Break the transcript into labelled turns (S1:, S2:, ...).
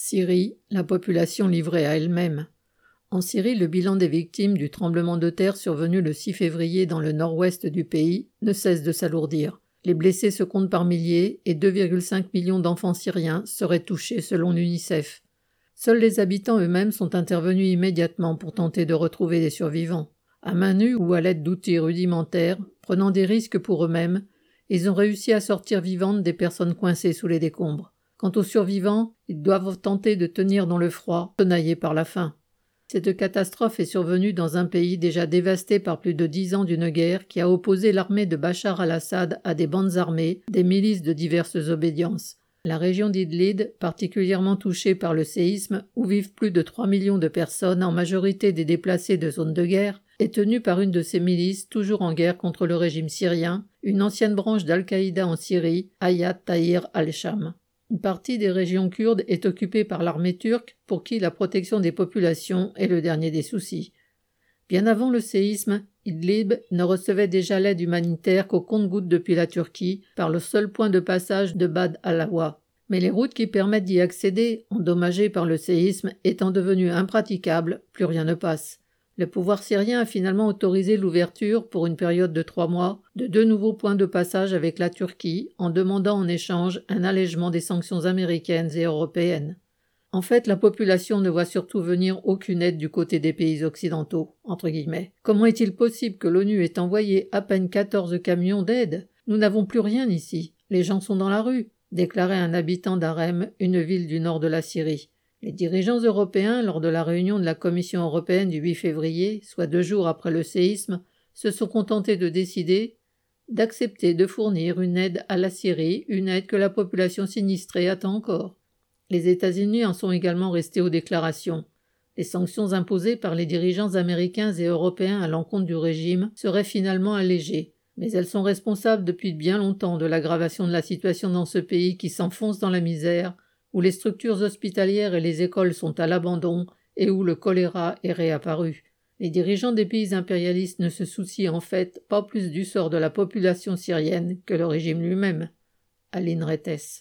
S1: Syrie, la population livrée à elle-même. En Syrie, le bilan des victimes du tremblement de terre survenu le 6 février dans le nord-ouest du pays ne cesse de s'alourdir. Les blessés se comptent par milliers et 2,5 millions d'enfants syriens seraient touchés selon l'UNICEF. Seuls les habitants eux-mêmes sont intervenus immédiatement pour tenter de retrouver les survivants. À main nue ou à l'aide d'outils rudimentaires, prenant des risques pour eux-mêmes, ils ont réussi à sortir vivantes des personnes coincées sous les décombres. Quant aux survivants, ils doivent tenter de tenir dans le froid, tenaillés par la faim. Cette catastrophe est survenue dans un pays déjà dévasté par plus de 10 ans d'une guerre qui a opposé l'armée de Bachar al-Assad à des bandes armées, des milices de diverses obédiences. La région d'Idlib, particulièrement touchée par le séisme, où vivent plus de 3 millions de personnes, en majorité des déplacés de zones de guerre, est tenue par une de ces milices toujours en guerre contre le régime syrien, une ancienne branche d'Al-Qaïda en Syrie, Hayat Tahrir al-Sham. Une partie des régions kurdes est occupée par l'armée turque, pour qui la protection des populations est le dernier des soucis. Bien avant le séisme, Idlib ne recevait déjà l'aide humanitaire qu'au compte-gouttes depuis la Turquie, par le seul point de passage de Bab al-Awa. Mais les routes qui permettent d'y accéder, endommagées par le séisme, étant devenues impraticables, plus rien ne passe. Le pouvoir syrien a finalement autorisé l'ouverture, pour une période de 3 mois, de 2 nouveaux points de passage avec la Turquie, en demandant en échange un allègement des sanctions américaines et européennes. En fait, la population ne voit surtout venir aucune aide du côté des pays occidentaux, entre guillemets. Comment est-il possible que l'ONU ait envoyé à peine 14 camions d'aide ? Nous n'avons plus rien ici. Les gens sont dans la rue, déclarait un habitant d'Arem, une ville du nord de la Syrie. Les dirigeants européens, lors de la réunion de la Commission européenne du 8 février, soit 2 jours après le séisme, se sont contentés de décider d'accepter de fournir une aide à la Syrie, une aide que la population sinistrée attend encore. Les États-Unis en sont également restés aux déclarations. Les sanctions imposées par les dirigeants américains et européens à l'encontre du régime seraient finalement allégées, mais elles sont responsables depuis bien longtemps de l'aggravation de la situation dans ce pays qui s'enfonce dans la misère, où les structures hospitalières et les écoles sont à l'abandon et où le choléra est réapparu. Les dirigeants des pays impérialistes ne se soucient en fait pas plus du sort de la population syrienne que le régime lui-même. Aline Retes.